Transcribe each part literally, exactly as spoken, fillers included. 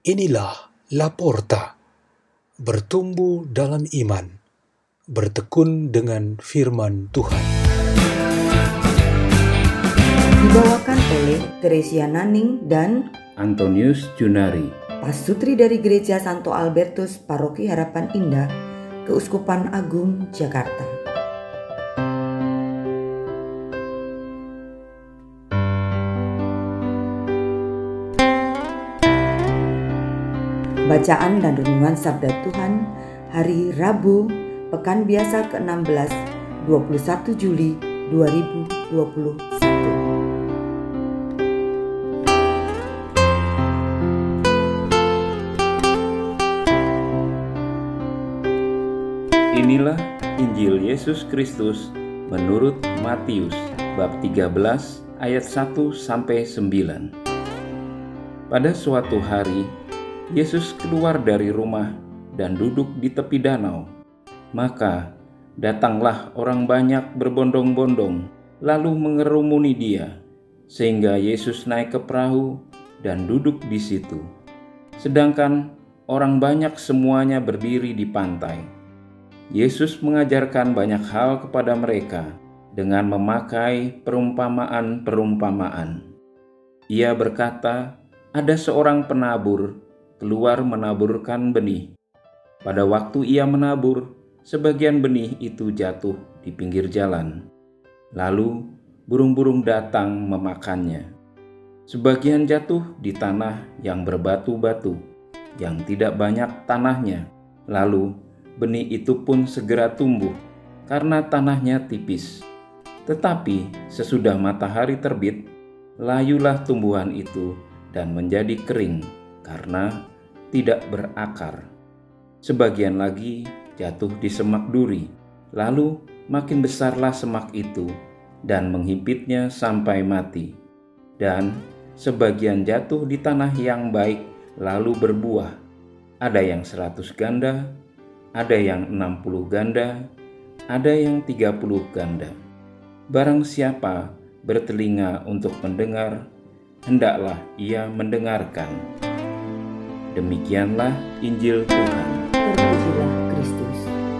Inilah Laporta, bertumbuh dalam iman, bertekun dengan firman Tuhan. Dibawakan oleh Teresia Naning dan Antonius Junari, Pasutri dari Gereja Santo Albertus Paroki Harapan Indah, Keuskupan Agung Jakarta. Bacaan dan renungan Sabda Tuhan hari Rabu, Pekan Biasa ke enam belas, dua puluh satu Juli dua ribu dua puluh satu. Inilah Injil Yesus Kristus menurut Matius bab tiga belas ayat satu sampai sembilan. Pada suatu hari, Yesus keluar dari rumah dan duduk di tepi danau. Maka datanglah orang banyak berbondong-bondong, lalu mengerumuni dia, sehingga Yesus naik ke perahu dan duduk di situ. Sedangkan orang banyak semuanya berdiri di pantai. Yesus mengajarkan banyak hal kepada mereka dengan memakai perumpamaan-perumpamaan. Ia berkata, ada seorang penabur keluar menaburkan benih. Pada waktu ia menabur, sebagian benih itu jatuh di pinggir jalan. Lalu burung-burung datang memakannya. Sebagian jatuh di tanah yang berbatu-batu, yang tidak banyak tanahnya. Lalu benih itu pun segera tumbuh, karena tanahnya tipis. Tetapi sesudah matahari terbit, layulah tumbuhan itu dan menjadi kering, karena tidak berakar. Sebagian lagi jatuh di semak duri, lalu makin besarlah semak itu dan menghimpitnya sampai mati. Dan sebagian jatuh di tanah yang baik lalu berbuah, ada yang seratus ganda, ada yang enam puluh ganda, ada yang tiga puluh ganda. Barang siapa bertelinga untuk mendengar, hendaklah ia mendengarkan. Demikianlah Injil Tuhan. Terpujilah Kristus.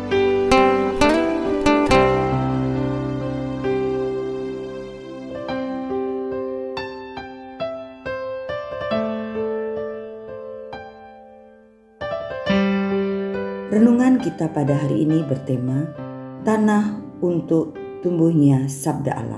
Renungan kita pada hari ini bertema Tanah untuk tumbuhnya Sabda Allah.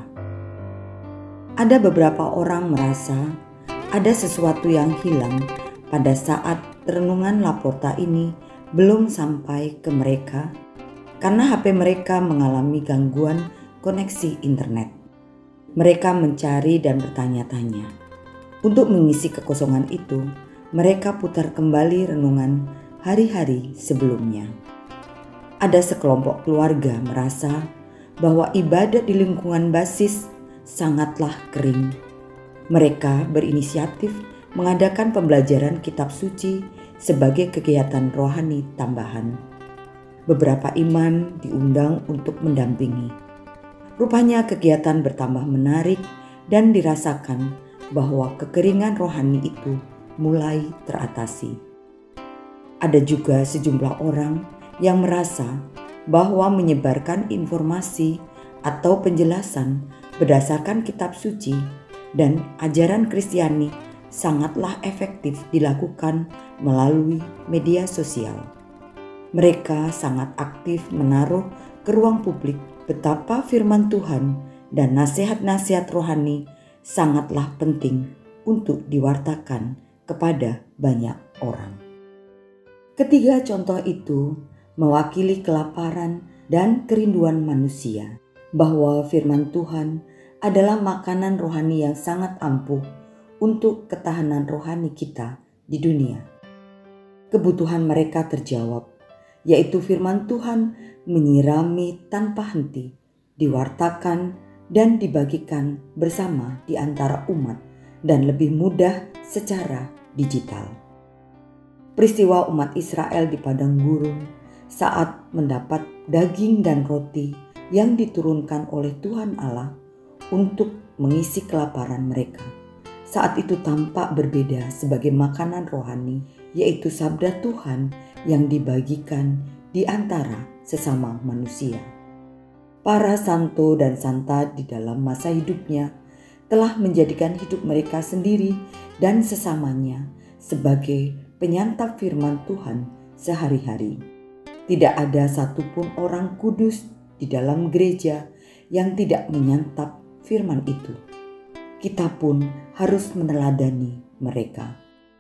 Ada beberapa orang merasa ada sesuatu yang hilang pada saat renungan Laporta ini belum sampai ke mereka karena H P mereka mengalami gangguan koneksi internet. Mereka mencari dan bertanya-tanya. Untuk mengisi kekosongan itu, mereka putar kembali renungan hari-hari sebelumnya. Ada sekelompok keluarga merasa bahwa ibadat di lingkungan basis sangatlah kering. Mereka berinisiatif mengadakan pembelajaran kitab suci sebagai kegiatan rohani tambahan. Beberapa imam diundang untuk mendampingi. Rupanya kegiatan bertambah menarik dan dirasakan bahwa kekeringan rohani itu mulai teratasi. Ada juga sejumlah orang yang merasa bahwa menyebarkan informasi atau penjelasan berdasarkan kitab suci dan ajaran Kristiani sangatlah efektif dilakukan melalui media sosial. Mereka sangat aktif menaruh ke ruang publik betapa firman Tuhan dan nasihat-nasihat rohani sangatlah penting untuk diwartakan kepada banyak orang. Ketiga contoh itu mewakili kelaparan dan kerinduan manusia, bahwa firman Tuhan adalah makanan rohani yang sangat ampuh untuk ketahanan rohani kita di dunia. Kebutuhan mereka terjawab, yaitu firman Tuhan menyirami tanpa henti, diwartakan dan dibagikan bersama di antara umat dan lebih mudah secara digital. Peristiwa umat Israel di padang gurun saat mendapat daging dan roti yang diturunkan oleh Tuhan Allah untuk mengisi kelaparan mereka saat itu tampak berbeda sebagai makanan rohani, yaitu sabda Tuhan yang dibagikan di antara sesama manusia. Para santo dan santa di dalam masa hidupnya telah menjadikan hidup mereka sendiri dan sesamanya sebagai penyantap firman Tuhan sehari-hari. Tidak ada satupun orang kudus di dalam gereja yang tidak menyantap firman itu. Kita pun harus meneladani mereka.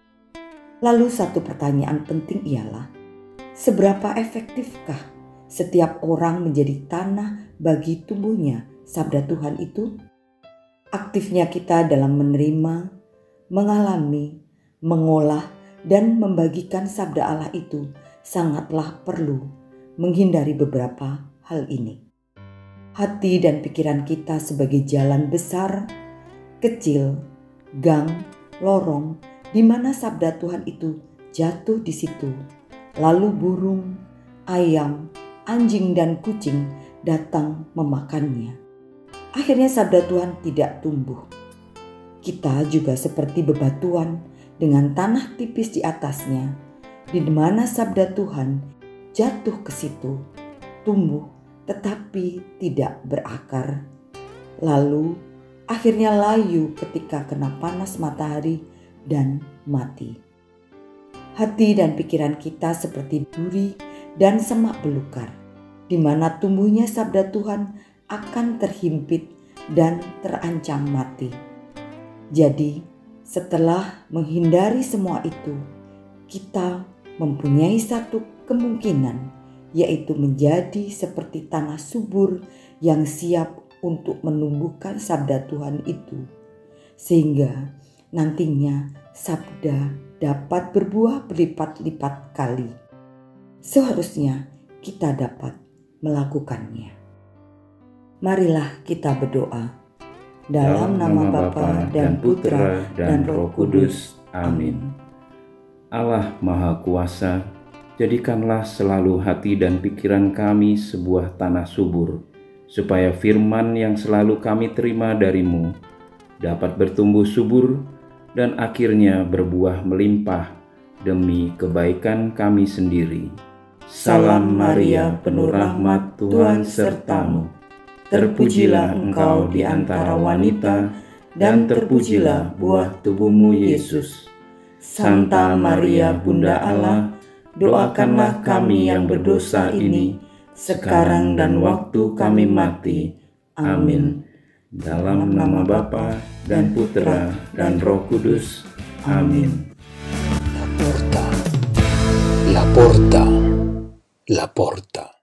Lalu satu pertanyaan penting ialah, seberapa efektifkah setiap orang menjadi tanah bagi tumbuhnya sabda Tuhan itu? Aktifnya kita dalam menerima, mengalami, mengolah, dan membagikan sabda Allah itu sangatlah perlu menghindari beberapa hal ini. Hati dan pikiran kita sebagai jalan besar, kecil, gang, lorong, di mana sabda Tuhan itu jatuh di situ. Lalu burung, ayam, anjing, dan kucing datang memakannya. Akhirnya sabda Tuhan tidak tumbuh. Kita juga seperti bebatuan dengan tanah tipis di atasnya, di mana sabda Tuhan jatuh ke situ, tumbuh tetapi tidak berakar. Lalu akhirnya layu ketika kena panas matahari dan mati. Hati dan pikiran kita seperti duri dan semak belukar, di mana tumbuhnya sabda Tuhan akan terhimpit dan terancam mati. Jadi, setelah menghindari semua itu, kita mempunyai satu kemungkinan, yaitu menjadi seperti tanah subur yang siap untuk menumbuhkan sabda Tuhan itu, sehingga nantinya sabda dapat berbuah berlipat-lipat kali. Seharusnya kita dapat melakukannya. Marilah kita berdoa. Dalam nama Bapa dan Putra dan Roh Kudus. Amin. Allah Maha Kuasa, jadikanlah selalu hati dan pikiran kami sebuah tanah subur, supaya firman yang selalu kami terima dari-Mu dapat bertumbuh subur dan akhirnya berbuah melimpah demi kebaikan kami sendiri. Salam Maria, penuh rahmat, Tuhan sertamu. Terpujilah engkau di antara wanita, dan terpujilah buah tubuhmu Yesus. Santa Maria, Bunda Allah, doakanlah kami yang berdosa ini, sekarang dan waktu kami mati. Amin. Dalam nama Bapa dan Putra dan Roh Kudus. Amin. La porta, la porta, la porta.